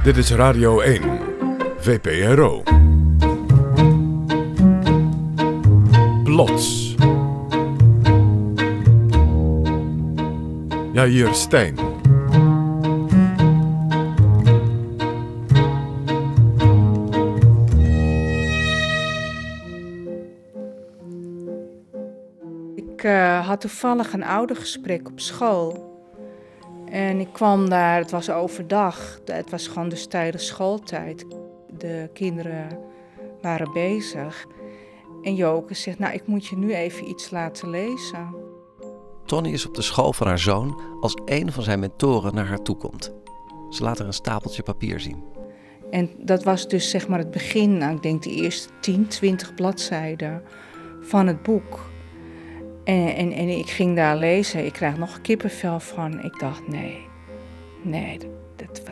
Dit is Radio 1, VPRO. Plots. Jair Stijn. Ik had toevallig een oudergesprek op school. En ik kwam daar, het was overdag, het was gewoon dus tijdens schooltijd. De kinderen waren bezig. En Joke zegt, nou, ik moet je nu even iets laten lezen. Tony is op de school van haar zoon als een van zijn mentoren naar haar toe komt. Ze laat haar een stapeltje papier zien. En dat was dus zeg maar het begin, nou, ik denk de eerste 10, 20 bladzijden van het boek. En ik ging daar lezen, ik krijg nog kippenvel van. Ik dacht, nee, dat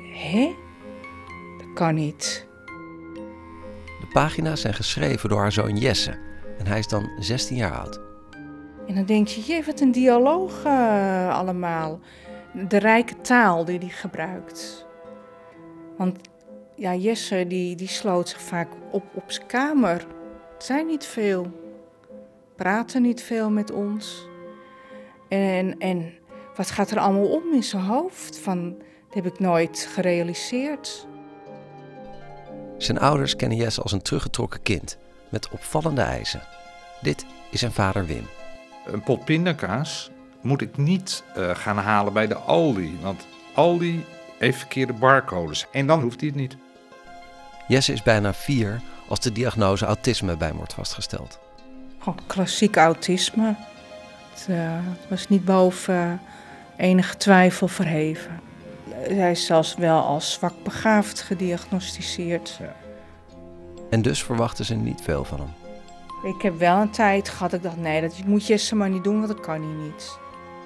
kan niet. De pagina's zijn geschreven door haar zoon Jesse en hij is dan 16 jaar oud. En dan denk je, jee, wat een dialoog allemaal. De rijke taal die hij gebruikt. Want ja, Jesse die sloot zich vaak op zijn kamer. Het zijn niet veel. Praten niet veel met ons. En wat gaat er allemaal om in zijn hoofd? Dat heb ik nooit gerealiseerd. Zijn ouders kennen Jesse als een teruggetrokken kind met opvallende eisen. Dit is zijn vader Wim. Een pot pindakaas moet ik niet gaan halen bij de Aldi. Want Aldi heeft verkeerde barcodes. En dan hoeft hij het niet. Jesse is bijna 4 als de diagnose autisme bij hem wordt vastgesteld. Gewoon klassiek autisme. Het was niet boven enige twijfel verheven. Hij is zelfs wel als zwakbegaafd gediagnosticeerd. Ja. En dus verwachten ze niet veel van hem. Ik heb wel een tijd gehad, ik dacht, nee, dat moet Jesse maar niet doen, want dat kan hij niet.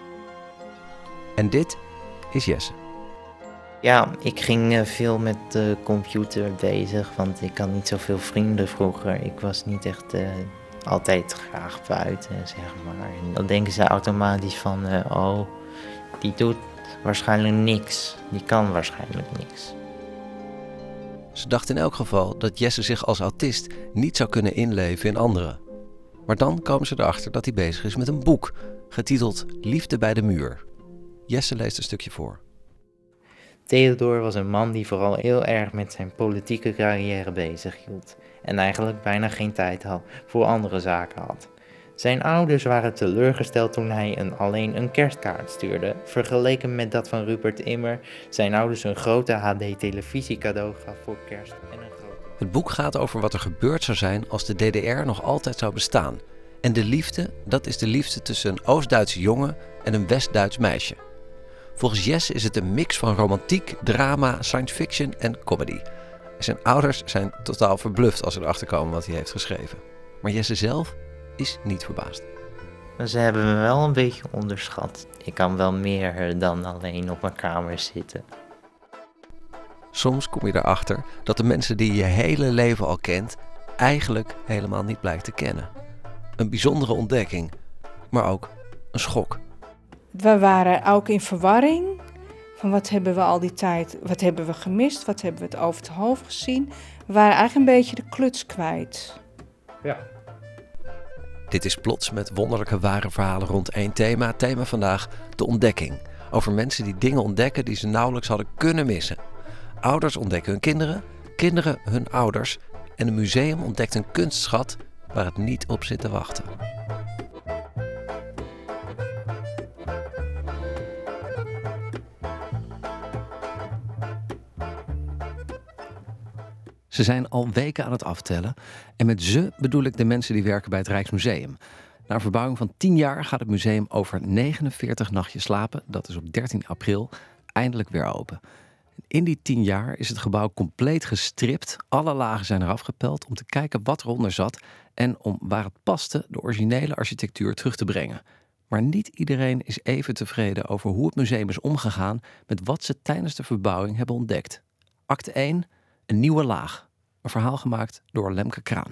En dit is Jesse. Ja, ik ging veel met de computer bezig, want ik had niet zoveel vrienden vroeger. Ik was niet echt altijd graag buiten, zeg maar. En dan denken ze automatisch van, die doet waarschijnlijk niks. Die kan waarschijnlijk niks. Ze dacht in elk geval dat Jesse zich als autist niet zou kunnen inleven in anderen. Maar dan komen ze erachter dat hij bezig is met een boek, getiteld Liefde bij de muur. Jesse leest een stukje voor. Theodor was een man die vooral heel erg met zijn politieke carrière bezig hield. En eigenlijk bijna geen tijd had voor andere zaken had. Zijn ouders waren teleurgesteld toen hij alleen een kerstkaart stuurde. Vergeleken met dat van Rupert Immer, zijn ouders een grote HD-televisie cadeau gaf voor kerst. Het boek gaat over wat er gebeurd zou zijn als de DDR nog altijd zou bestaan. En de liefde, dat is de liefde tussen een Oost-Duitse jongen en een West-Duits meisje. Volgens Jesse is het een mix van romantiek, drama, science fiction en comedy. Zijn ouders zijn totaal verbluft als ze erachter komen wat hij heeft geschreven. Maar Jesse zelf is niet verbaasd. Ze hebben me wel een beetje onderschat. Ik kan wel meer dan alleen op mijn kamer zitten. Soms kom je erachter dat de mensen die je hele leven al kent eigenlijk helemaal niet blijkt te kennen. Een bijzondere ontdekking, maar ook een schok. We waren ook in verwarring. Van wat hebben we al die tijd, wat hebben we gemist, wat hebben we het over het hoofd gezien. We waren eigenlijk een beetje de kluts kwijt. Ja. Dit is Plots met wonderlijke ware verhalen rond één thema. Thema vandaag, de ontdekking. Over mensen die dingen ontdekken die ze nauwelijks hadden kunnen missen. Ouders ontdekken hun kinderen, kinderen hun ouders. En een museum ontdekt een kunstschat waar het niet op zit te wachten. Ze zijn al weken aan het aftellen. En met ze bedoel ik de mensen die werken bij het Rijksmuseum. Na een verbouwing van 10 jaar gaat het museum over 49 nachtjes slapen. Dat is op 13 april eindelijk weer open. In die 10 jaar is het gebouw compleet gestript. Alle lagen zijn eraf gepeld om te kijken wat eronder zat. En om waar het paste de originele architectuur terug te brengen. Maar niet iedereen is even tevreden over hoe het museum is omgegaan met wat ze tijdens de verbouwing hebben ontdekt. Acte 1, een nieuwe laag. Een verhaal gemaakt door Lemke Kraan.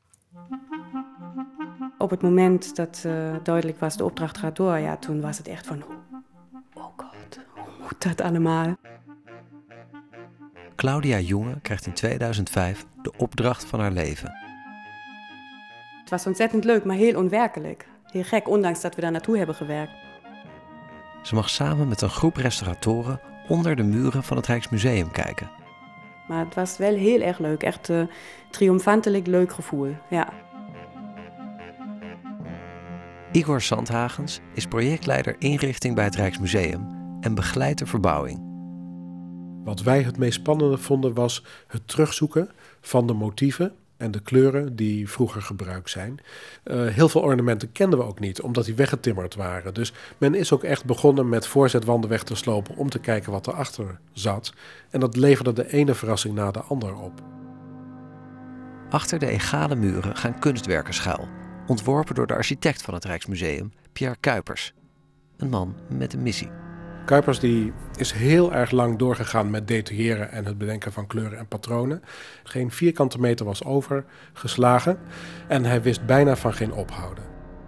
Op het moment dat duidelijk was, de opdracht gaat door, ja, toen was het echt van, oh god, hoe moet dat allemaal? Claudia Jonge krijgt in 2005 de opdracht van haar leven. Het was ontzettend leuk, maar heel onwerkelijk. Heel gek, ondanks dat we daar naartoe hebben gewerkt. Ze mag samen met een groep restauratoren onder de muren van het Rijksmuseum kijken. Maar het was wel heel erg leuk. Echt triomfantelijk leuk gevoel, ja. Igor Zandhagens is projectleider inrichting bij het Rijksmuseum en begeleidt de verbouwing. Wat wij het meest spannende vonden was het terugzoeken van de motieven en de kleuren die vroeger gebruikt zijn. Heel veel ornamenten kenden we ook niet, omdat die weggetimmerd waren. Dus men is ook echt begonnen met voorzetwanden weg te slopen om te kijken wat erachter zat. En dat leverde de ene verrassing na de ander op. Achter de egale muren gaan kunstwerken schuil, ontworpen door de architect van het Rijksmuseum, Pierre Cuypers. Een man met een missie. Cuypers die is heel erg lang doorgegaan met detailleren en het bedenken van kleuren en patronen. Geen vierkante meter was overgeslagen en hij wist bijna van geen ophouden.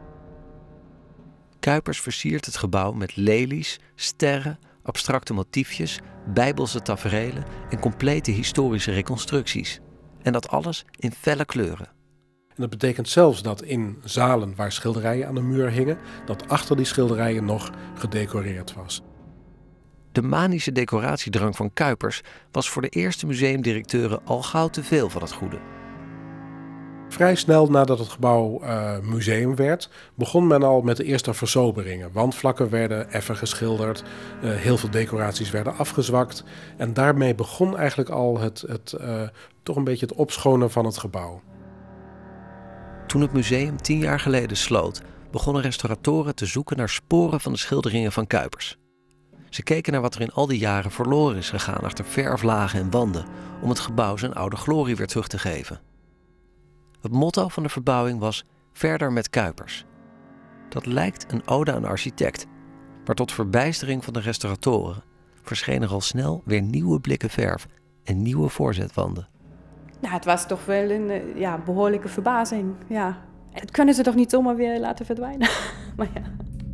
Cuypers versiert het gebouw met lelies, sterren, abstracte motiefjes, bijbelse taferelen en complete historische reconstructies. En dat alles in felle kleuren. En dat betekent zelfs dat in zalen waar schilderijen aan de muur hingen, dat achter die schilderijen nog gedecoreerd was. De manische decoratiedrang van Cuypers was voor de eerste museumdirecteuren al gauw te veel van het goede. Vrij snel nadat het gebouw museum werd, begon men al met de eerste versoberingen. Wandvlakken werden effen geschilderd, heel veel decoraties werden afgezwakt. En daarmee begon eigenlijk al toch een beetje het opschonen van het gebouw. Toen het museum 10 jaar geleden sloot, begonnen restauratoren te zoeken naar sporen van de schilderingen van Cuypers. Ze keken naar wat er in al die jaren verloren is gegaan achter verflagen en wanden, om het gebouw zijn oude glorie weer terug te geven. Het motto van de verbouwing was verder met Cuypers. Dat lijkt een ode aan de architect, maar tot verbijstering van de restauratoren verschenen er al snel weer nieuwe blikken verf en nieuwe voorzetwanden. Nou, het was toch wel een behoorlijke verbazing, ja. Het kunnen ze toch niet zomaar weer laten verdwijnen? Maar ja.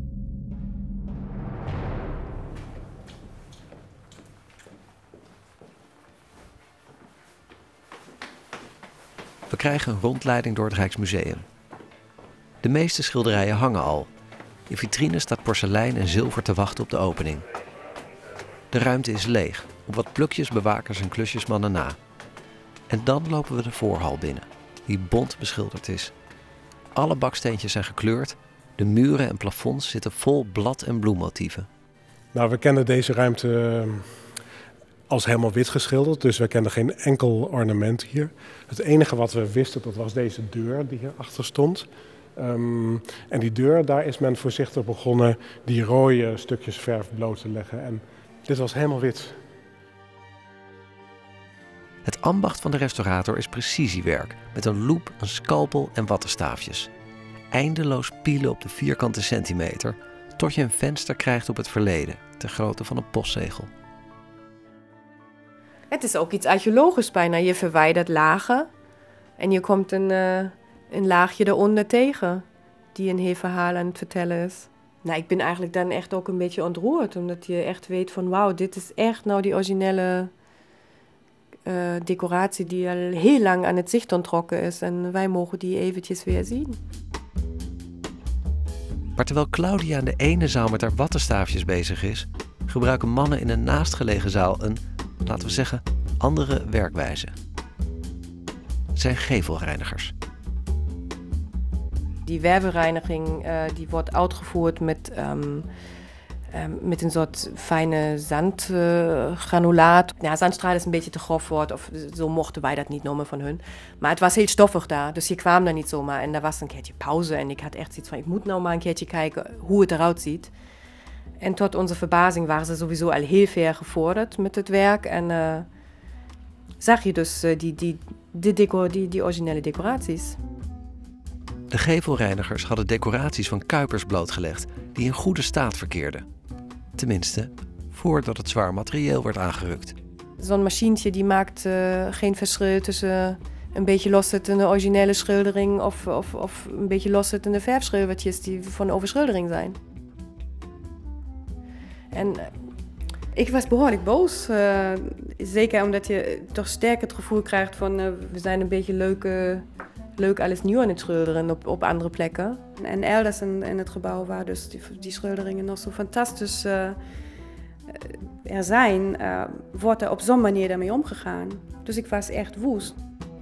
We krijgen een rondleiding door het Rijksmuseum. De meeste schilderijen hangen al. In vitrines staat porselein en zilver te wachten op de opening. De ruimte is leeg, op wat plukjes, bewakers en klusjesmannen na. En dan lopen we de voorhal binnen, die bont beschilderd is. Alle baksteentjes zijn gekleurd, de muren en plafonds zitten vol blad- en bloemmotieven. Nou, we kennen deze ruimte als helemaal wit geschilderd, dus we kenden geen enkel ornament hier. Het enige wat we wisten, dat was deze deur die hierachter stond. En die deur, daar is men voorzichtig begonnen die rode stukjes verf bloot te leggen. En dit was helemaal wit. Het ambacht van de restaurator is precisiewerk, met een loep, een scalpel en wattenstaafjes. Eindeloos pielen op de vierkante centimeter, tot je een venster krijgt op het verleden, ter grootte van een postzegel. Het is ook iets archeologisch bijna. Je verwijdert lagen en je komt een laagje eronder tegen, die een heel verhaal aan het vertellen is. Nou, ik ben eigenlijk dan echt ook een beetje ontroerd, omdat je echt weet van wauw, dit is echt nou die originele decoratie die al heel lang aan het zicht onttrokken is. En wij mogen die eventjes weer zien. Maar terwijl Claudia in de ene zaal met haar wattenstaafjes bezig is, gebruiken mannen in een naastgelegen zaal een, laten we zeggen, andere werkwijze. Het zijn gevelreinigers. Die wervelreiniging die wordt uitgevoerd met een soort fijne zandgranulaat. Zandstraal is een beetje te grof woord, of zo mochten wij dat niet noemen van hun. Maar het was heel stoffig daar, dus je kwam daar niet zomaar. En daar was een keertje pauze en ik had echt zoiets van, ik moet nou maar een keertje kijken hoe het eruit ziet. En tot onze verbazing waren ze sowieso al heel ver gevorderd met het werk. En zag je dus die originele decoraties. De gevelreinigers hadden decoraties van Cuypers blootgelegd die in goede staat verkeerden. Tenminste, voordat het zwaar materieel werd aangerukt. Zo'n machientje die maakt geen verschil tussen een beetje loszittende originele schildering of een beetje loszittende verfschildertjes die van overschildering zijn. En Ik was behoorlijk boos. Zeker omdat je toch sterk het gevoel krijgt van... we zijn een beetje leuk alles nieuw aan het schilderen op andere plekken. En elders in het gebouw waar dus die schilderingen nog zo fantastisch er zijn... wordt er op zo'n manier daarmee omgegaan. Dus ik was echt woest.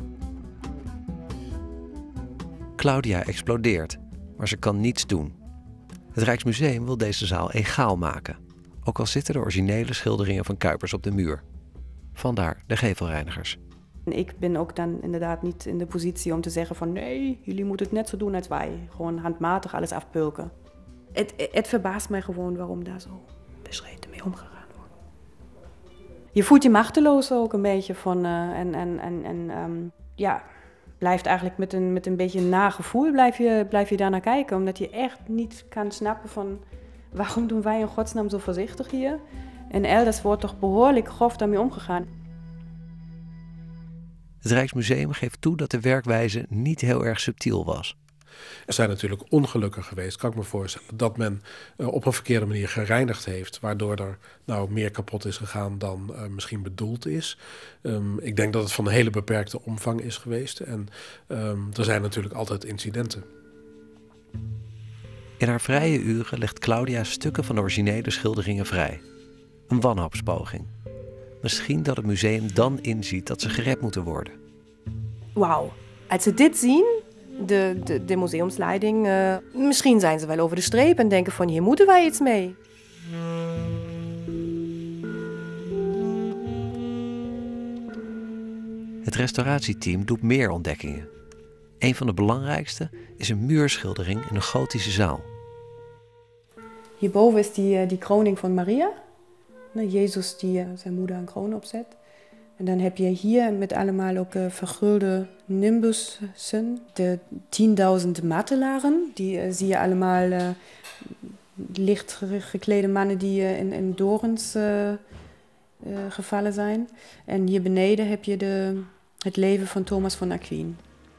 Claudia explodeert, maar ze kan niets doen. Het Rijksmuseum wil deze zaal egaal maken. Ook al zitten de originele schilderingen van Cuypers op de muur. Vandaar de gevelreinigers. Ik ben ook dan inderdaad niet in de positie om te zeggen van... nee, jullie moeten het net zo doen als wij. Gewoon handmatig alles afpulken. Het verbaast mij gewoon waarom daar zo beschreden mee omgegaan wordt. Je voelt je machteloos ook een beetje van... blijft eigenlijk met een beetje een nagevoel blijf je daar naar kijken. Omdat je echt niet kan snappen van... waarom doen wij in godsnaam zo voorzichtig hier? En elders wordt toch behoorlijk grof daarmee omgegaan. Het Rijksmuseum geeft toe dat de werkwijze niet heel erg subtiel was. Er zijn natuurlijk ongelukken geweest, kan ik me voorstellen, dat men op een verkeerde manier gereinigd heeft, waardoor er meer kapot is gegaan dan misschien bedoeld is. Ik denk dat het van een hele beperkte omvang is geweest en er zijn natuurlijk altijd incidenten. In haar vrije uren legt Claudia stukken van de originele schilderingen vrij. Een wanhoopspoging. Misschien dat het museum dan inziet dat ze gered moeten worden. Wauw, als ze dit zien, de museumsleiding... misschien zijn ze wel over de streep en denken van hier moeten wij iets mee. Het restauratieteam doet meer ontdekkingen. Een van de belangrijkste is een muurschildering in een gotische zaal. Hierboven is die kroning van Maria. Jezus die zijn moeder een kroon opzet. En dan heb je hier met allemaal ook vergulde nimbussen. De 10.000 martelaren. Die zie je allemaal licht geklede mannen die in dorens gevallen zijn. En hier beneden heb je het leven van Thomas van Aquin.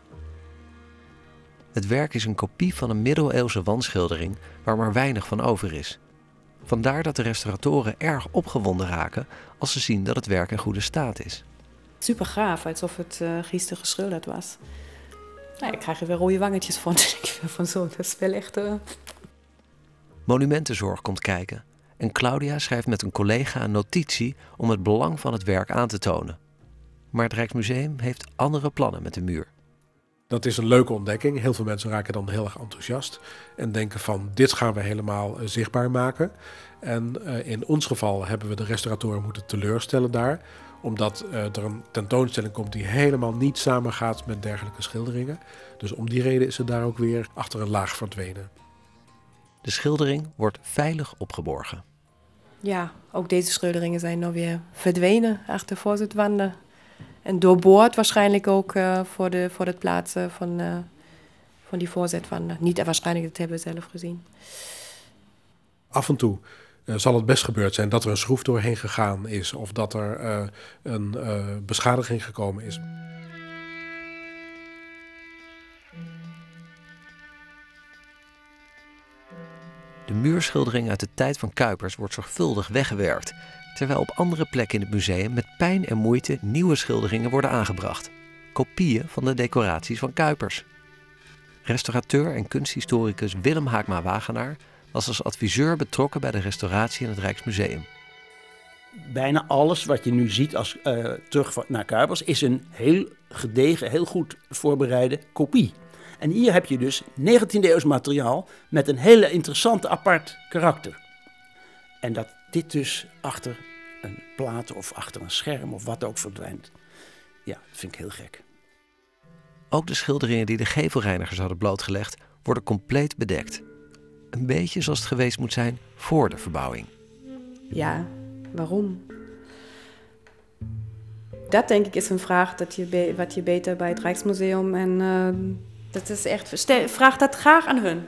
Het werk is een kopie van een middeleeuwse wandschildering waar maar weinig van over is. Vandaar dat de restauratoren erg opgewonden raken als ze zien dat het werk in goede staat is. Super gaaf, alsof het gisteren geschilderd was. Ik krijg er weer rode wangetjes van. Van zo, dat is wel echt... Monumentenzorg komt kijken en Claudia schrijft met een collega een notitie om het belang van het werk aan te tonen. Maar het Rijksmuseum heeft andere plannen met de muur. Dat is een leuke ontdekking. Heel veel mensen raken dan heel erg enthousiast en denken van dit gaan we helemaal zichtbaar maken. En in ons geval hebben we de restauratoren moeten teleurstellen daar. Omdat er een tentoonstelling komt die helemaal niet samengaat met dergelijke schilderingen. Dus om die reden is het daar ook weer achter een laag verdwenen. De schildering wordt veilig opgeborgen. Ja, ook deze schilderingen zijn nou weer verdwenen achter voorzetwanden. En doorboord waarschijnlijk ook voor het plaatsen van die voorzetwanden. Niet waarschijnlijk, dat hebben we zelf gezien. Af en toe zal het best gebeurd zijn dat er een schroef doorheen gegaan is of dat er een beschadiging gekomen is. De muurschildering uit de tijd van Cuypers wordt zorgvuldig weggewerkt, terwijl op andere plekken in het museum met pijn en moeite nieuwe schilderingen worden aangebracht. Kopieën van de decoraties van Cuypers. Restaurateur en kunsthistoricus Willem Haakma-Wagenaar was als adviseur betrokken bij de restauratie in het Rijksmuseum. Bijna alles wat je nu ziet als terug naar Cuypers is een heel gedegen, heel goed voorbereide kopie. En hier heb je dus 19e-eeuws materiaal met een hele interessante apart karakter. En dat dit dus achter een plaat of achter een scherm of wat ook verdwijnt. Ja, dat vind ik heel gek. Ook de schilderingen die de gevelreinigers hadden blootgelegd worden compleet bedekt. Een beetje zoals het geweest moet zijn voor de verbouwing. Ja, waarom? Dat denk ik is een vraag wat je beter bij het Rijksmuseum en dat is echt... Vraag dat graag aan hun.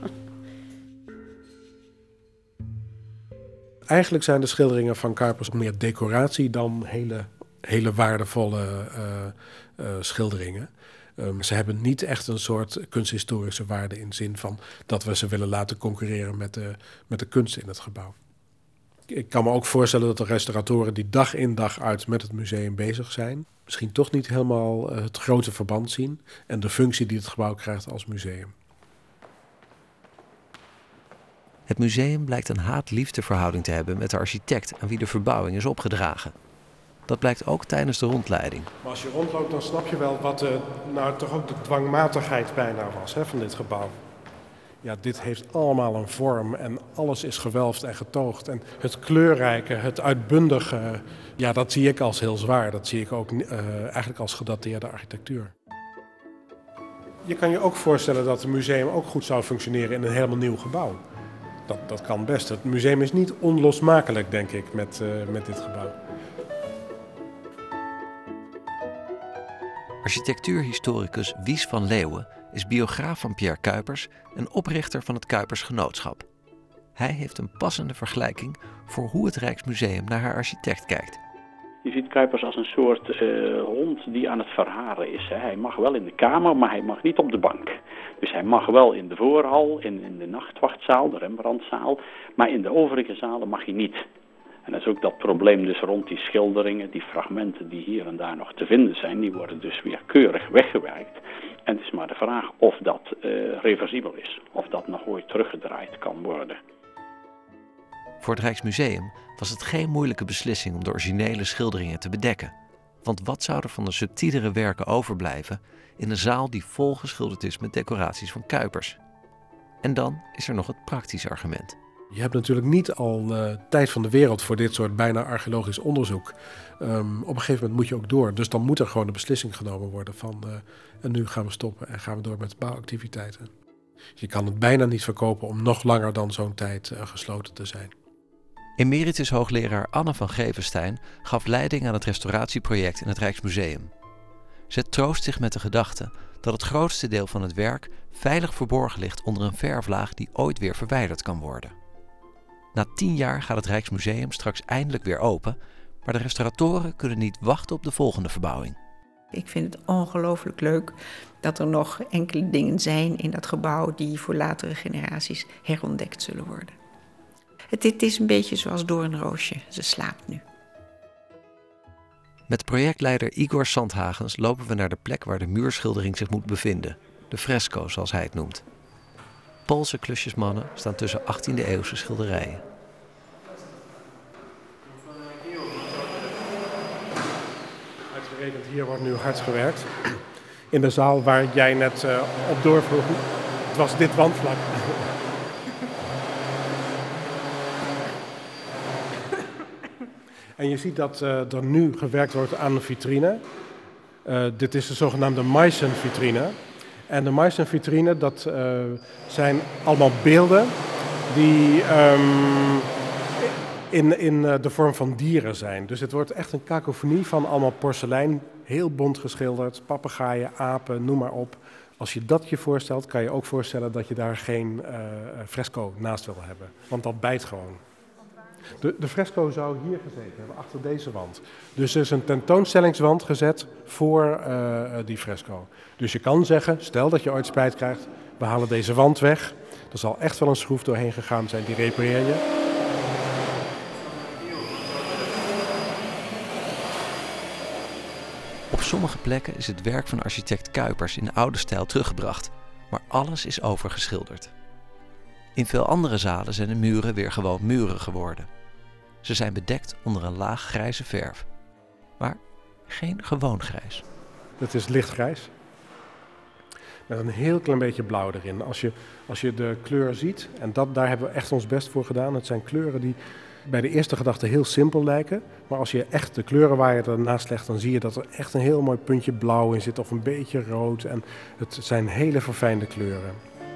Eigenlijk zijn de schilderingen van Cuypers meer decoratie dan hele waardevolle schilderingen. Ze hebben niet echt een soort kunsthistorische waarde in zin van dat we ze willen laten concurreren met de kunst in het gebouw. Ik kan me ook voorstellen dat de restauratoren die dag in dag uit met het museum bezig zijn, misschien toch niet helemaal het grote verband zien en de functie die het gebouw krijgt als museum. Het museum blijkt een haat-liefdeverhouding te hebben met de architect aan wie de verbouwing is opgedragen. Dat blijkt ook tijdens de rondleiding. Maar als je rondloopt, dan snap je wel wat toch ook de dwangmatigheid bijna was van dit gebouw. Ja, dit heeft allemaal een vorm en alles is gewelfd en getoogd. En het kleurrijke, het uitbundige, ja, dat zie ik als heel zwaar. Dat zie ik ook eigenlijk als gedateerde architectuur. Je kan je ook voorstellen dat het museum ook goed zou functioneren in een helemaal nieuw gebouw. Dat kan best. Het museum is niet onlosmakelijk, denk ik, met dit gebouw. Architectuurhistoricus Wies van Leeuwen is biograaf van Pierre Cuypers en oprichter van het Cuypers Genootschap. Hij heeft een passende vergelijking voor hoe het Rijksmuseum naar haar architect kijkt. Je ziet Cuypers als een soort hond die aan het verharen is. Hij mag wel in de kamer, maar hij mag niet op de bank. Dus hij mag wel in de voorhal, in de nachtwachtzaal, de Rembrandtzaal, maar in de overige zalen mag hij niet. En dat is ook dat probleem dus rond die schilderingen, die fragmenten die hier en daar nog te vinden zijn, die worden dus weer keurig weggewerkt. En het is maar de vraag of dat reversibel is, of dat nog ooit teruggedraaid kan worden. Voor het Rijksmuseum was het geen moeilijke beslissing om de originele schilderingen te bedekken. Want wat zou er van de subtielere werken overblijven in een zaal die vol geschilderd is met decoraties van Cuypers? En dan is er nog het praktische argument. Je hebt natuurlijk niet al tijd van de wereld voor dit soort bijna archeologisch onderzoek. Op een gegeven moment moet je ook door. Dus dan moet er gewoon een beslissing genomen worden van en nu gaan we stoppen en gaan we door met bouwactiviteiten. Je kan het bijna niet verkopen om nog langer dan zo'n tijd gesloten te zijn. Emeritus hoogleraar Anne van Grevenstein gaf leiding aan het restauratieproject in het Rijksmuseum. Ze troost zich met de gedachte dat het grootste deel van het werk veilig verborgen ligt onder een verflaag die ooit weer verwijderd kan worden. Na 10 jaar gaat het Rijksmuseum straks eindelijk weer open, maar de restauratoren kunnen niet wachten op de volgende verbouwing. Ik vind het ongelooflijk leuk dat er nog enkele dingen zijn in dat gebouw die voor latere generaties herontdekt zullen worden. Het is een beetje zoals Doornroosje, ze slaapt nu. Met projectleider Igor Sandhagens lopen we naar de plek waar de muurschildering zich moet bevinden. De fresco, zoals hij het noemt. Poolse klusjesmannen staan tussen 18e-eeuwse schilderijen. Uitgerekend hier wordt nu hard gewerkt. In de zaal waar jij net op doorvroeg, het was dit wandvlak. En je ziet dat er nu gewerkt wordt aan een vitrine. Dit is de zogenaamde Meissen-vitrine. En de Meissen-vitrine, dat zijn allemaal beelden die in de vorm van dieren zijn. Dus het wordt echt een kakofonie van allemaal porselein, heel bont geschilderd, papegaaien, apen, noem maar op. Als je dat je voorstelt, kan je ook voorstellen dat je daar geen fresco naast wil hebben. Want dat bijt gewoon. De fresco zou hier gezeten hebben, achter deze wand. Dus er is een tentoonstellingswand gezet voor die fresco. Dus je kan zeggen, stel dat je ooit spijt krijgt, we halen deze wand weg. Er zal echt wel een schroef doorheen gegaan zijn, die repareer je. Op sommige plekken is het werk van architect Cuypers in oude stijl teruggebracht, maar alles is overgeschilderd. In veel andere zalen zijn de muren weer gewoon muren geworden. Ze zijn bedekt onder een laag grijze verf. Maar geen gewoon grijs. Het is lichtgrijs. Met een heel klein beetje blauw erin. Als je de kleur ziet, en daar hebben we echt ons best voor gedaan. Het zijn kleuren die bij de eerste gedachte heel simpel lijken. Maar als je echt de kleurenwaaier ernaast legt, dan zie je dat er echt een heel mooi puntje blauw in zit. Of een beetje rood. En het zijn hele verfijnde kleuren.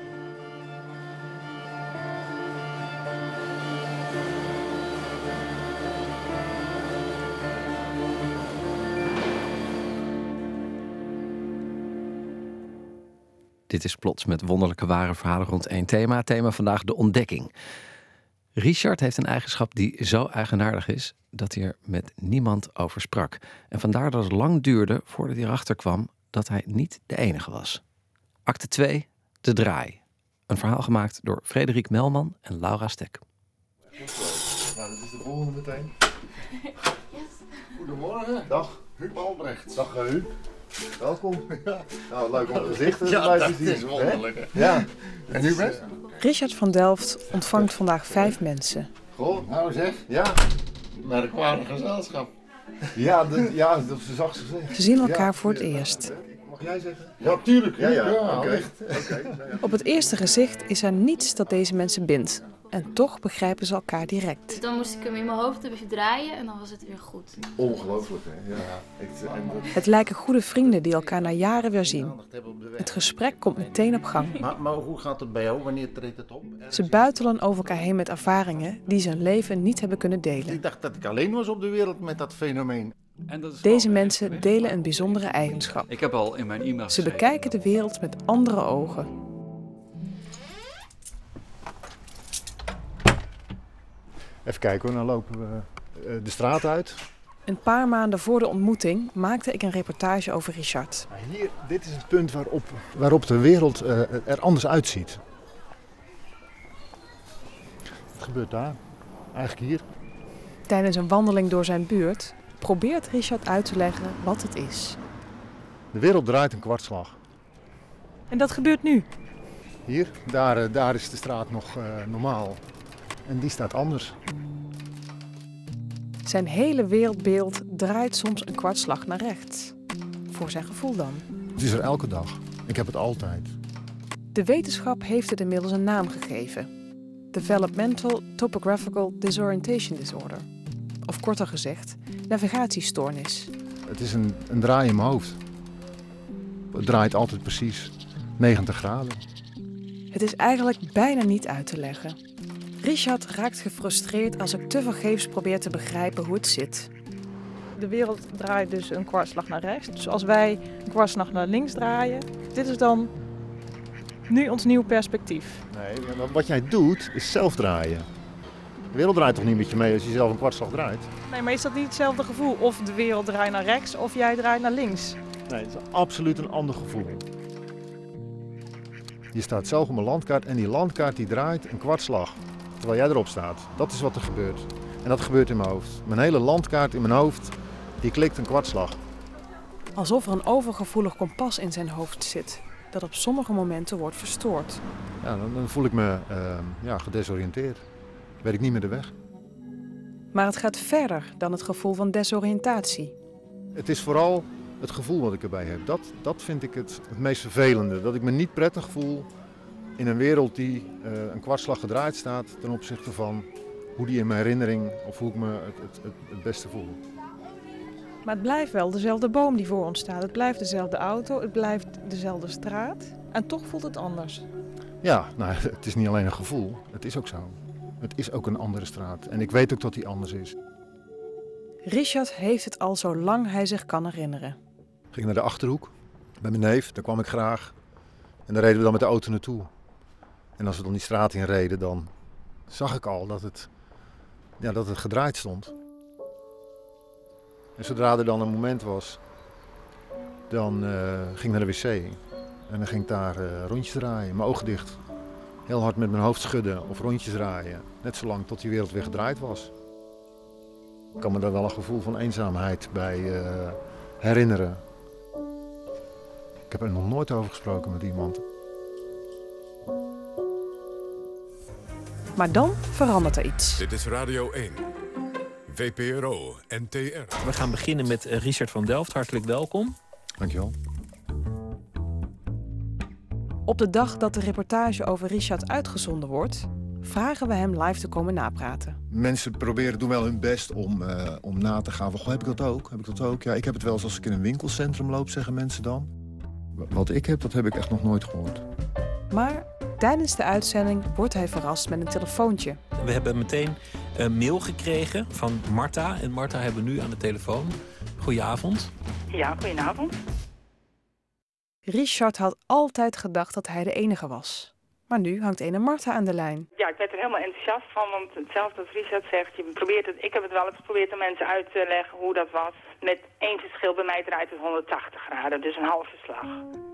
Dit is Plots met wonderlijke ware verhalen rond één thema. Thema vandaag de ontdekking. Richard heeft een eigenschap die zo eigenaardig is dat hij er met niemand over sprak. En vandaar dat het lang duurde voordat hij erachter kwam dat hij niet de enige was. Acte 2, De Draai. Een verhaal gemaakt door Frederik Melman en Laura Stek. Nou, dat is de volgende meteen. Goedemorgen. Dag, Huub Albrecht. Dag, Huub. Welkom. Ja. Nou, leuk om het gezicht te blijven zien. Dat is wonderlijk. Ja. En u bent? Richard van Delft ontvangt vandaag 5 mensen. Goh, nou zeg. Ja. Merkwaardig gezelschap. Ja, dat is zacht gezegd. Ze zien elkaar voor het eerst. Mag jij zeggen? Ja, tuurlijk. Ja. Oké. Op het eerste gezicht is er niets dat deze mensen bindt. En toch begrijpen ze elkaar direct. Dan moest ik hem in mijn hoofd even draaien en dan was het weer goed. Ongelooflijk, hè? Ja. Het lijken goede vrienden die elkaar na jaren weer zien. Het gesprek komt meteen op gang. Maar hoe gaat het bij jou? Wanneer treedt het op? Ze buitelen over elkaar heen met ervaringen die ze hun leven niet hebben kunnen delen. Ik dacht dat ik alleen was op de wereld met dat fenomeen. Deze mensen delen een bijzondere eigenschap. Ik heb al in mijn e-mail Ze bekijken de wereld met andere ogen. Even kijken hoor, dan lopen we de straat uit. Een paar maanden voor de ontmoeting maakte ik een reportage over Richard. Hier, dit is het punt waarop de wereld er anders uitziet. Wat gebeurt daar? Eigenlijk hier. Tijdens een wandeling door zijn buurt probeert Richard uit te leggen wat het is. De wereld draait een kwartslag. En dat gebeurt nu? Hier, daar is de straat nog normaal. En die staat anders. Zijn hele wereldbeeld draait soms een kwartslag naar rechts. Voor zijn gevoel dan. Het is er elke dag. Ik heb het altijd. De wetenschap heeft het inmiddels een naam gegeven. Developmental Topographical Disorientation Disorder. Of korter gezegd, navigatiestoornis. Het is een draai in mijn hoofd. Het draait altijd precies 90 graden. Het is eigenlijk bijna niet uit te leggen. Richard raakt gefrustreerd als ik tevergeefs probeer te begrijpen hoe het zit. De wereld draait dus een kwartslag naar rechts. Dus als wij een kwartslag naar links draaien, dit is dan nu ons nieuw perspectief. Nee, wat jij doet is zelf draaien. De wereld draait toch niet met je mee als je zelf een kwartslag draait? Nee, maar is dat niet hetzelfde gevoel? Of de wereld draait naar rechts of jij draait naar links? Nee, het is absoluut een ander gevoel. Je staat zelf op een landkaart en die landkaart die draait een kwartslag. Terwijl jij erop staat. Dat is wat er gebeurt. En dat gebeurt in mijn hoofd. Mijn hele landkaart in mijn hoofd, die klikt een kwartslag. Alsof er een overgevoelig kompas in zijn hoofd zit, dat op sommige momenten wordt verstoord. Ja, dan voel ik me gedesoriënteerd. Weet ik niet meer de weg. Maar het gaat verder dan het gevoel van desoriëntatie. Het is vooral het gevoel wat ik erbij heb. Dat vind ik het meest vervelende. Dat ik me niet prettig voel in een wereld die een kwartslag gedraaid staat ten opzichte van hoe die in mijn herinnering of hoe ik me het beste voel. Maar het blijft wel dezelfde boom die voor ons staat. Het blijft dezelfde auto, het blijft dezelfde straat. En toch voelt het anders. Ja, nou, het is niet alleen een gevoel. Het is ook zo. Het is ook een andere straat. En ik weet ook dat die anders is. Richard heeft het al zo lang hij zich kan herinneren. Ik ging naar de Achterhoek met mijn neef. Daar kwam ik graag. En daar reden we dan met de auto naartoe. En als we dan die straat in reden, dan zag ik al dat het gedraaid stond. En zodra er dan een moment was, dan ging ik naar de wc. En dan ging ik daar rondjes draaien, mijn ogen dicht. Heel hard met mijn hoofd schudden of rondjes draaien. Net zolang tot die wereld weer gedraaid was. Ik kan me daar wel een gevoel van eenzaamheid bij herinneren. Ik heb er nog nooit over gesproken met iemand. Maar dan verandert er iets. Dit is Radio 1. VPRO NTR. We gaan beginnen met Richard van Delft. Hartelijk welkom. Dankjewel. Op de dag dat de reportage over Richard uitgezonden wordt, vragen we hem live te komen napraten. Mensen doen wel hun best om na te gaan van, heb ik dat ook? Heb ik dat ook? Ja, ik heb het wel eens als ik in een winkelcentrum loop, zeggen mensen dan. Wat ik heb, dat heb ik echt nog nooit gehoord. Maar tijdens de uitzending wordt hij verrast met een telefoontje. We hebben meteen een mail gekregen van Marta. En Marta hebben we nu aan de telefoon. Goedenavond. Ja, goedenavond. Richard had altijd gedacht dat hij de enige was. Maar nu hangt ene Marta aan de lijn. Ja, ik werd er helemaal enthousiast van, want hetzelfde als Richard zegt, ik heb het wel eens geprobeerd aan mensen uit te leggen hoe dat was. Met één verschil, bij mij draait het 180 graden, dus een halve slag.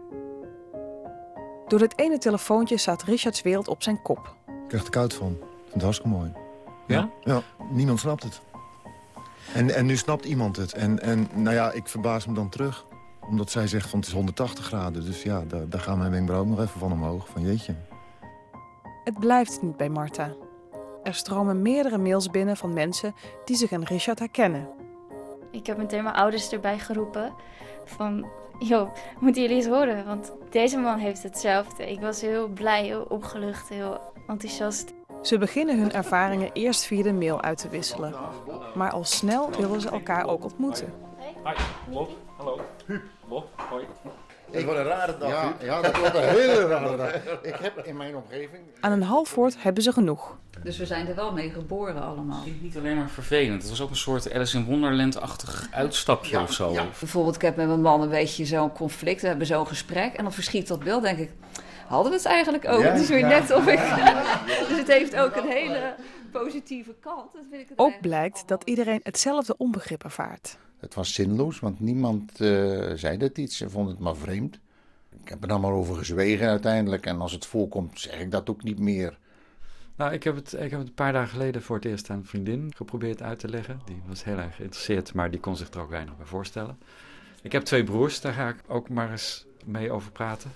Door dit ene telefoontje staat Richards wereld op zijn kop. Ik krijg er koud van. Ik vind het hartstikke mooi. Ja? Ja. niemand snapt het. En nu snapt iemand het. En nou ja, ik verbaas me dan terug. Omdat zij zegt van het is 180 graden. Dus ja, daar gaan mijn wenkbrauwen nog even van omhoog. Van jeetje. Het blijft niet bij Marta. Er stromen meerdere mails binnen van mensen die zich in Richard herkennen. Ik heb meteen mijn ouders erbij geroepen van, joh, moeten jullie eens horen? Want deze man heeft hetzelfde. Ik was heel blij, heel opgelucht, heel enthousiast. Ze beginnen hun ervaringen eerst via de mail uit te wisselen. Maar al snel willen ze elkaar ook ontmoeten. Hoi, Bob. Hallo. Bob, hoi. Het wordt een rare dag. Ja, dat wordt een hele rare dag. Ik heb in mijn omgeving... Aan een half woord hebben ze genoeg. Dus we zijn er wel mee geboren allemaal. Niet alleen maar vervelend. Het was ook een soort Alice in Wonderland-achtig uitstapje of zo. Ja. Bijvoorbeeld, ik heb met mijn man een beetje zo'n conflict. We hebben zo'n gesprek. En dan verschiet dat beeld, denk ik... Hadden we het eigenlijk over? Het is weer net of ik... Dus het heeft ook een hele positieve kant. Dat vind ik het ook blijkt dat iedereen hetzelfde onbegrip ervaart. Het was zinloos, want niemand zei dat iets. Ze vonden het maar vreemd. Ik heb er dan maar over gezwegen uiteindelijk. En als het voorkomt, zeg ik dat ook niet meer. Nou, ik heb het een paar dagen geleden voor het eerst aan een vriendin geprobeerd uit te leggen. Die was heel erg geïnteresseerd, maar die kon zich er ook weinig bij voorstellen. Ik heb 2 broers, daar ga ik ook maar eens mee over praten.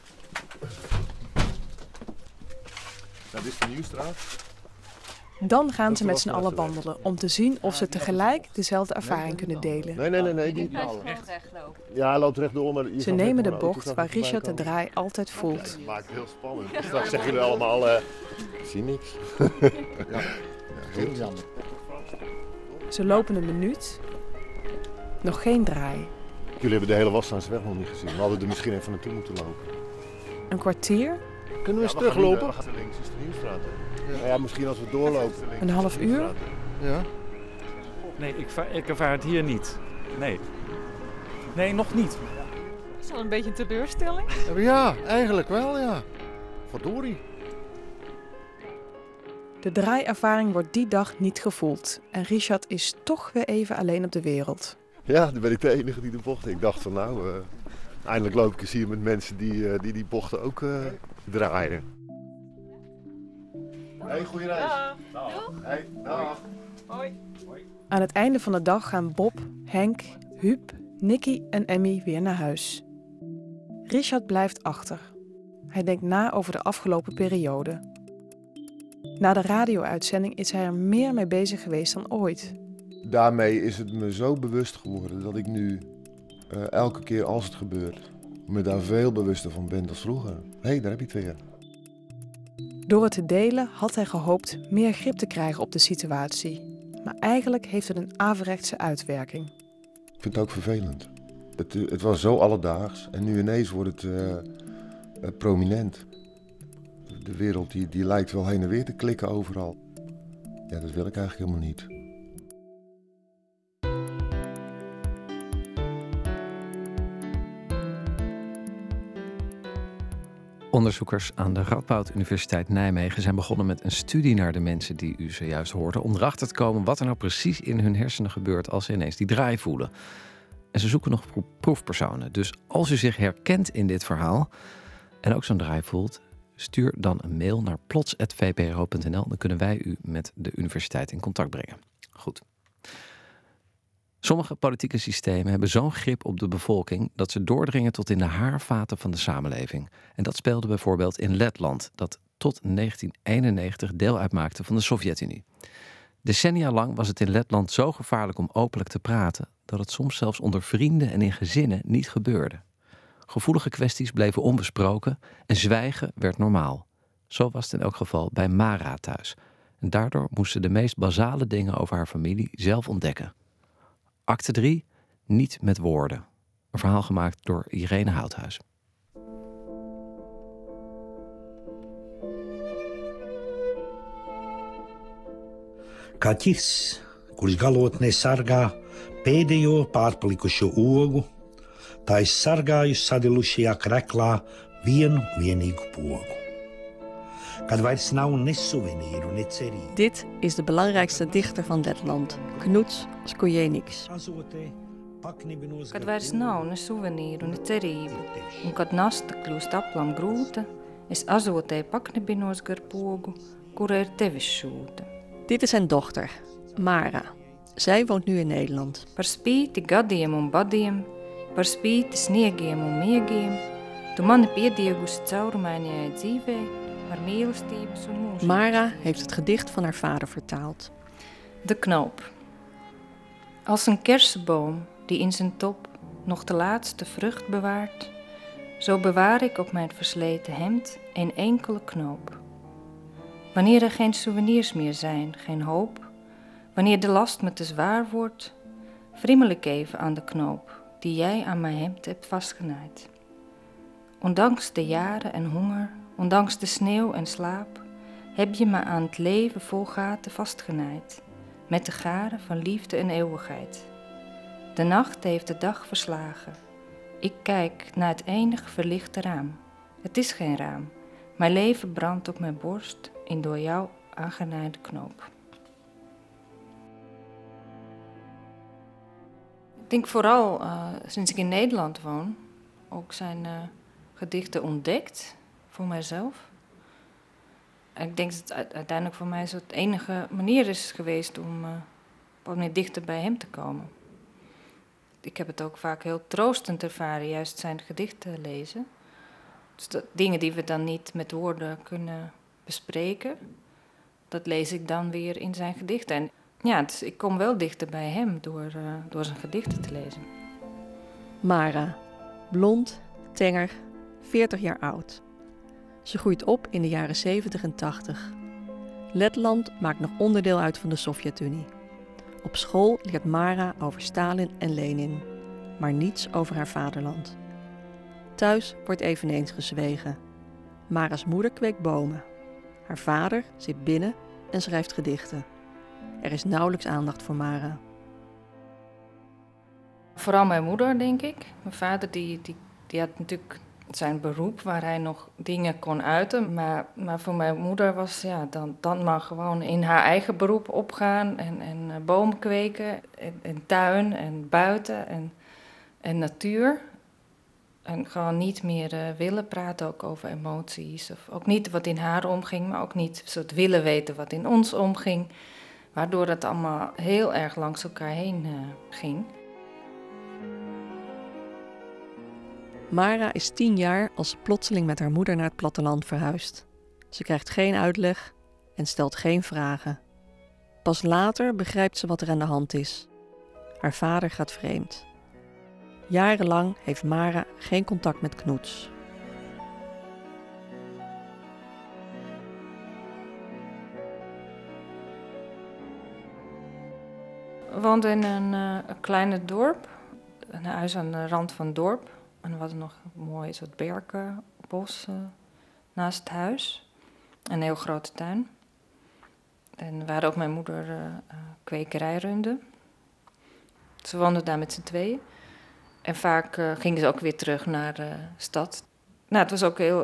Nou, dit is de Nieuwstraat. Dan gaan ze met z'n allen wandelen om te zien of ze tegelijk dezelfde ervaring kunnen delen. Nee. Hij loopt rechtlopen. Ja, hij loopt rechtdoor. Maar ze nemen de bocht waar Richard de draai altijd voelt. Dat maakt het heel spannend. Straks zeggen jullie allemaal, ik zie niks. Ja, heel jammer. Ze lopen een minuut. Nog geen draai. Jullie hebben de hele Wasstaansweg nog niet gezien. We hadden er misschien even naartoe moeten lopen. Een kwartier. Kunnen we eens teruglopen? We gaan links, is de Nieuwstraat. Ja, misschien als we doorlopen. Een half uur? Ja. Nee, ik ervaar het hier niet. Nee, nog niet. Is dat een beetje een teleurstelling? Ja, eigenlijk wel, ja. Verdorie. De draaiervaring wordt die dag niet gevoeld. En Richard is toch weer even alleen op de wereld. Ja, dan ben ik de enige die de bochten. Ik dacht van nou, eindelijk loop ik eens hier met mensen die bochten ook draaien. Hey, goeie reis. Dag. Hey, dag. Hoi. Aan het einde van de dag gaan Bob, Henk, Huub, Nicky en Emmy weer naar huis. Richard blijft achter. Hij denkt na over de afgelopen periode. Na de radio-uitzending is hij er meer mee bezig geweest dan ooit. Daarmee is het me zo bewust geworden dat ik nu elke keer als het gebeurt me daar veel bewuster van ben dan vroeger. Hé, daar heb je het weer. Door het te delen had hij gehoopt meer grip te krijgen op de situatie. Maar eigenlijk heeft het een averechtse uitwerking. Ik vind het ook vervelend. Het was zo alledaags en nu ineens wordt het prominent. De wereld die lijkt wel heen en weer te klikken overal. Ja, dat wil ik eigenlijk helemaal niet. Onderzoekers aan de Radboud Universiteit Nijmegen zijn begonnen met een studie naar de mensen die u zojuist hoorde, om erachter te komen wat er nou precies in hun hersenen gebeurt als ze ineens die draai voelen. En ze zoeken nog proefpersonen. Dus als u zich herkent in dit verhaal en ook zo'n draai voelt, stuur dan een mail naar plots@vpro.nl. Dan kunnen wij u met de universiteit in contact brengen. Goed. Sommige politieke systemen hebben zo'n grip op de bevolking dat ze doordringen tot in de haarvaten van de samenleving. En dat speelde bijvoorbeeld in Letland, dat tot 1991 deel uitmaakte van de Sovjet-Unie. Decennia lang was het in Letland zo gevaarlijk om openlijk te praten dat het soms zelfs onder vrienden en in gezinnen niet gebeurde. Gevoelige kwesties bleven onbesproken en zwijgen werd normaal. Zo was het in elk geval bij Mara thuis. En daardoor moest ze de meest basale dingen over haar familie zelf ontdekken. Acte 3, niet met woorden. Een verhaal gemaakt door Irene Houthuis. Kaķis, kurš galotnē sargā pēdējo pārpalikušo ogu, tā es sargāju sadilušajā kreklā vienu vienīgu pogu. Kad vairs nav ne suvenīru, ne cerību. Dit is de belangrijkste dichter van Letland, Knuts Skojenieks. Kad vairs nav ne suvenīru, ne cerību, un kad nasta kļūst aplam grūta, es azotē paknebinos gar pogu, kura ir tevis šūta. Dit is zijn dochter, Mara. Zij woont nu in Nederland. Par spīti gadiem un badiem, par spīti sniegiem un miegiem, tu mani piediegusi caurumainajai dzīvei, ar mīlestības un mūžības. Mara heeft het gedicht van haar vader vertaald. De knoop. Als een kersenboom die in zijn top nog de laatste vrucht bewaart, zo bewaar ik op mijn versleten hemd een enkele knoop. Wanneer er geen souvenirs meer zijn, geen hoop, wanneer de last me te zwaar wordt, friemel ik even aan de knoop die jij aan mijn hemd hebt vastgenaaid. Ondanks de jaren en honger, ondanks de sneeuw en slaap, heb je me aan het leven vol gaten vastgenaaid, met de garen van liefde en eeuwigheid. De nacht heeft de dag verslagen. Ik kijk naar het enige verlichte raam. Het is geen raam. Mijn leven brandt op mijn borst in door jou aangenaaide knoop. Ik denk vooral sinds ik in Nederland woon, ook zijn gedichten ontdekt voor mijzelf. En ik denk dat het uiteindelijk voor mij zo de enige manier is geweest om wat meer dichter bij hem te komen. Ik heb het ook vaak heel troostend ervaren, juist zijn gedichten lezen. Dus dingen die we dan niet met woorden kunnen bespreken, dat lees ik dan weer in zijn gedichten. En ja, dus ik kom wel dichter bij hem door zijn gedichten te lezen. Mara, blond, tenger, 40 jaar oud. Ze groeit op in de jaren 70 en 80. Letland maakt nog onderdeel uit van de Sovjet-Unie. Op school leert Mara over Stalin en Lenin, maar niets over haar vaderland. Thuis wordt eveneens gezwegen. Mara's moeder kweekt bomen. Haar vader zit binnen en schrijft gedichten. Er is nauwelijks aandacht voor Mara. Vooral mijn moeder, denk ik. Mijn vader die had natuurlijk zijn beroep waar hij nog dingen kon uiten. Maar voor mijn moeder was dan maar gewoon in haar eigen beroep opgaan en bomen kweken en tuin en buiten en natuur. En gewoon niet meer willen praten ook over emoties. Of ook niet wat in haar omging, maar ook niet soort willen weten wat in ons omging. Waardoor het allemaal heel erg langs elkaar heen ging. Mara is 10 jaar als ze plotseling met haar moeder naar het platteland verhuist. Ze krijgt geen uitleg en stelt geen vragen. Pas later begrijpt ze wat er aan de hand is. Haar vader gaat vreemd. Jarenlang heeft Mara geen contact met Knoets. We woonden in een kleine dorp, een huis aan de rand van het dorp. En er was nog een mooi soort berkenbos naast het huis. Een heel grote tuin. En waar ook mijn moeder kwekerij runde. Ze woonden daar met z'n tweeën. En vaak gingen ze ook weer terug naar de stad. Nou, het was ook een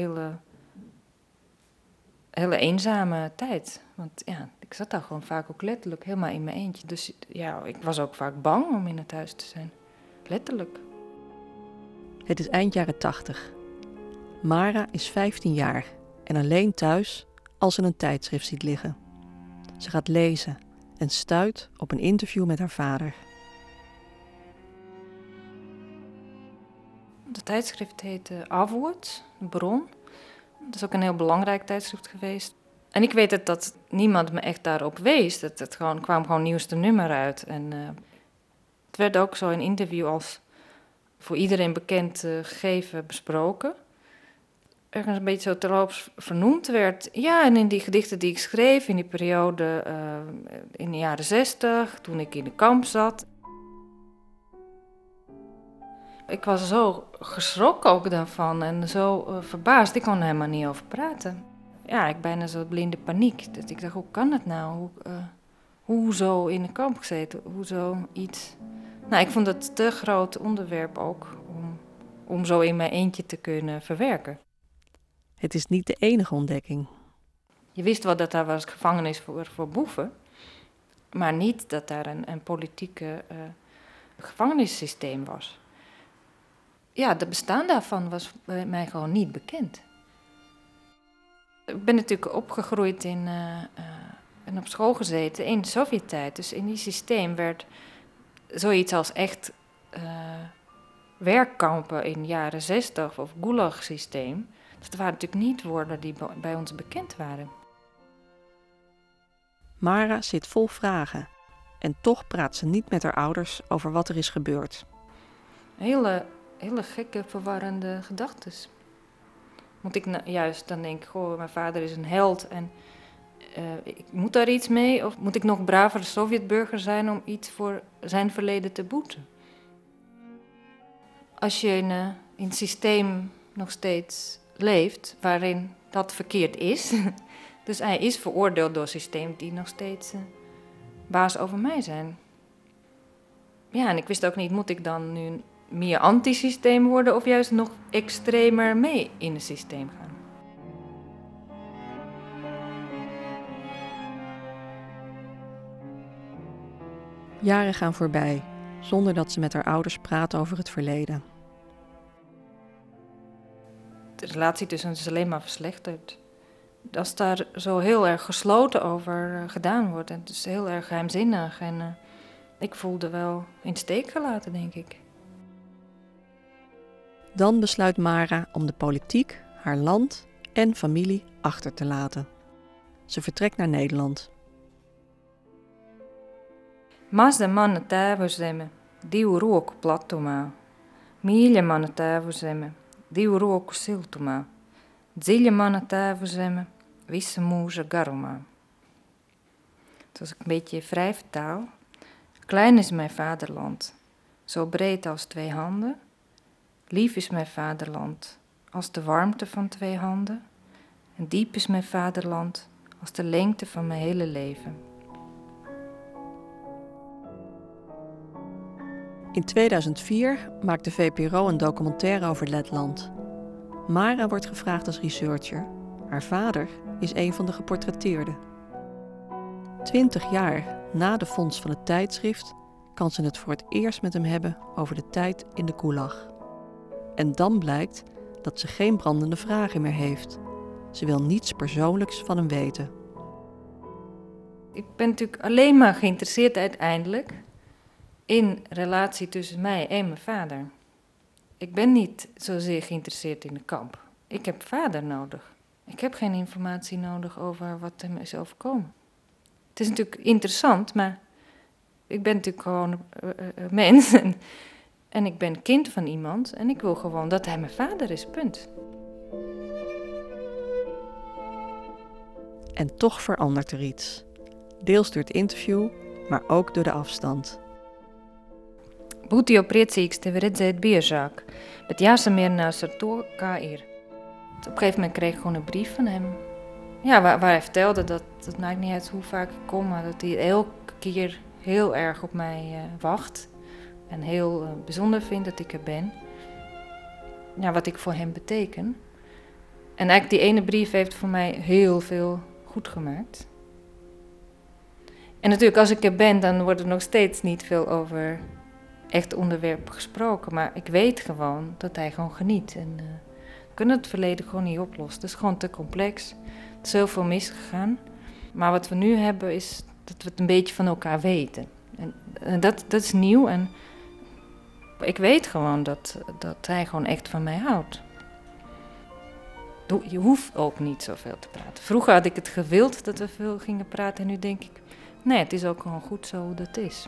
hele eenzame tijd. Want ja, ik zat daar gewoon vaak ook letterlijk helemaal in mijn eentje. Dus ja, ik was ook vaak bang om in het huis te zijn. Letterlijk. Het is eind jaren 80. Mara is 15 jaar en alleen thuis als ze een tijdschrift ziet liggen. Ze gaat lezen en stuit op een interview met haar vader. De tijdschrift heet Afwoord, de Bron. Dat is ook een heel belangrijk tijdschrift geweest. En ik weet dat niemand me echt daarop wees. Het kwam gewoon nieuwste nummer uit. En het werd ook zo in interview als voor iedereen bekend gegeven besproken. Ergens een beetje zo terloops vernoemd werd. Ja, en in die gedichten die ik schreef in die periode in de jaren 60, toen ik in de kamp zat. Ik was zo geschrokken ook daarvan en zo verbaasd. Ik kon er helemaal niet over praten. Ja, ik bijna zo blinde paniek. Dat ik dacht, hoe kan het nou? Hoe zo in de kamp gezeten? Hoe zo iets? Nou, ik vond het een te groot onderwerp ook om zo in mijn eentje te kunnen verwerken. Het is niet de enige ontdekking. Je wist wel dat daar was gevangenis voor boeven, maar niet dat daar een politieke gevangenissysteem was. Ja, het bestaan daarvan was bij mij gewoon niet bekend. Ik ben natuurlijk opgegroeid in en op school gezeten in de Sovjet-tijd. Dus in die systeem werd zoiets als echt werkkampen in de jaren 60 of gulag-systeem. Dat waren natuurlijk niet woorden die bij ons bekend waren. Mara zit vol vragen. En toch praat ze niet met haar ouders over wat er is gebeurd. Hele gekke, verwarrende gedachten. Want ik juist dan denk, goh, mijn vader is een held en ik moet daar iets mee? Of moet ik nog braver Sovjetburger zijn om iets voor zijn verleden te boeten? Als je in een systeem nog steeds leeft waarin dat verkeerd is. Dus hij is veroordeeld door systeem die nog steeds baas over mij zijn. Ja, en ik wist ook niet, moet ik dan nu meer antisysteem worden of juist nog extremer mee in het systeem gaan? Jaren gaan voorbij, zonder dat ze met haar ouders praat over het verleden. De relatie tussen ons is alleen maar verslechterd. Als daar zo heel erg gesloten over gedaan wordt, en het is heel erg geheimzinnig. En ik voelde wel in de steek gelaten, denk ik. Dan besluit Mara om de politiek, haar land en familie achter te laten. Ze vertrekt naar Nederland. Mazda mannen tēvu zeme, divu roku platumā. Mīļa mana tēvu zeme, divu roku siltumā. Dziļa mana tēvu zeme, visa mūža garumā. Zoals ik een beetje vrij vertaal. Klein is mijn vaderland, zo breed als 2 handen. Lief is mijn vaderland, als de warmte van 2 handen. En diep is mijn vaderland, als de lengte van mijn hele leven. In 2004 maakt de VPRO een documentaire over Letland. Mara wordt gevraagd als researcher. Haar vader is een van de geportretteerden. 20 jaar na de vondst van het tijdschrift kan ze het voor het eerst met hem hebben over de tijd in de Gulag. En dan blijkt dat ze geen brandende vragen meer heeft. Ze wil niets persoonlijks van hem weten. Ik ben natuurlijk alleen maar geïnteresseerd uiteindelijk in relatie tussen mij en mijn vader. Ik ben niet zozeer geïnteresseerd in de kamp. Ik heb vader nodig. Ik heb geen informatie nodig over wat hem is overkomen. Het is natuurlijk interessant, maar ik ben natuurlijk gewoon een mens. En ik ben kind van iemand en ik wil gewoon dat hij mijn vader is, punt. En toch verandert er iets. Deels door het interview, maar ook door de afstand. Būtu jau priecīgs tevi redzēt biežāk, bet jāsamierinās ar to, kā ir. Op een gegeven moment kreeg ik gewoon een brief van hem. Ja, waar hij vertelde dat het maakt niet uit hoe vaak ik kom, maar dat hij elke keer heel erg op mij wacht. En heel bijzonder vindt dat ik er ben. Ja, wat ik voor hem beteken. En eigenlijk die ene brief heeft voor mij heel veel goed gemaakt. En natuurlijk, als ik er ben, dan wordt er nog steeds niet veel over echt onderwerp gesproken. Maar ik weet gewoon dat hij gewoon geniet. En we kunnen het verleden gewoon niet oplossen. Het is gewoon te complex. Er is heel veel misgegaan. Maar wat we nu hebben is dat we het een beetje van elkaar weten. En dat is nieuw. En ik weet gewoon dat hij gewoon echt van mij houdt. Je hoeft ook niet zoveel te praten. Vroeger had ik het gewild dat we veel gingen praten. En nu denk ik, nee, het is ook gewoon goed zo hoe dat is.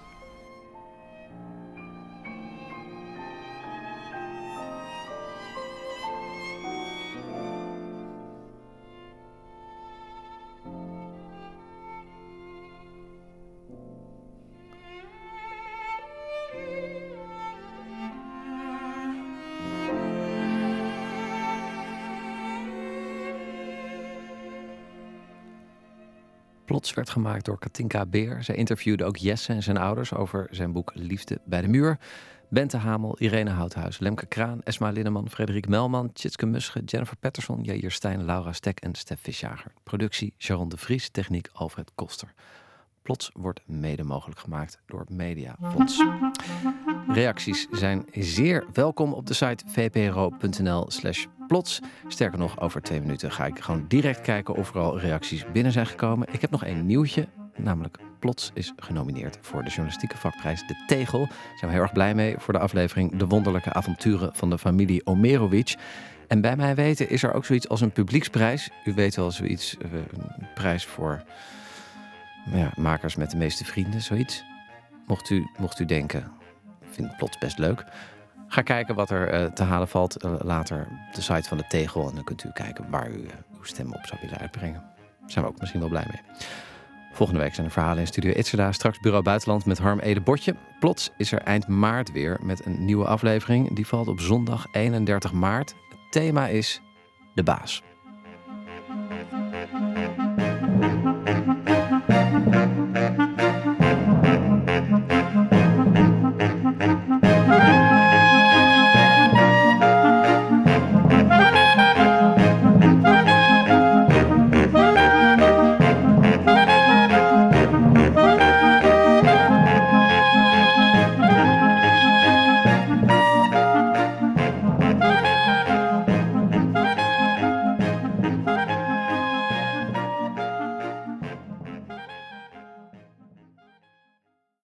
Plots werd gemaakt door Katinka Beer. Zij interviewde ook Jesse en zijn ouders over zijn boek Liefde bij de Muur. Bente Hamel, Irene Houthuis, Lemke Kraan, Esma Linneman, Frederik Melman, Tjitske Musche, Jennifer Patterson, Jair Stijn, Laura Stek en Stef Visjager. Productie Sharon de Vries, techniek Alfred Koster. Plots wordt mede mogelijk gemaakt door Mediafonds. Reacties zijn zeer welkom op de site vpro.nl/ Plots. Sterker nog, over 2 minuten ga ik gewoon direct kijken of er al reacties binnen zijn gekomen. Ik heb nog 1 nieuwtje, namelijk Plots is genomineerd voor de journalistieke vakprijs De Tegel. Daar zijn we heel erg blij mee voor de aflevering De Wonderlijke Avonturen van de familie Omerovic. En bij mij weten is er ook zoiets als een publieksprijs. U weet wel, zoiets, een prijs voor makers met de meeste vrienden, zoiets. Mocht u denken, vind Plots best leuk. Ga kijken wat er te halen valt later op de site van De Tegel. En dan kunt u kijken waar u uw stem op zou willen uitbrengen. Daar zijn we ook misschien wel blij mee. Volgende week zijn er verhalen in Studio Itzerda. Straks Bureau Buitenland met Harm Ede-Botje. Plots is er eind maart weer met een nieuwe aflevering. Die valt op zondag 31 maart. Het thema is de baas.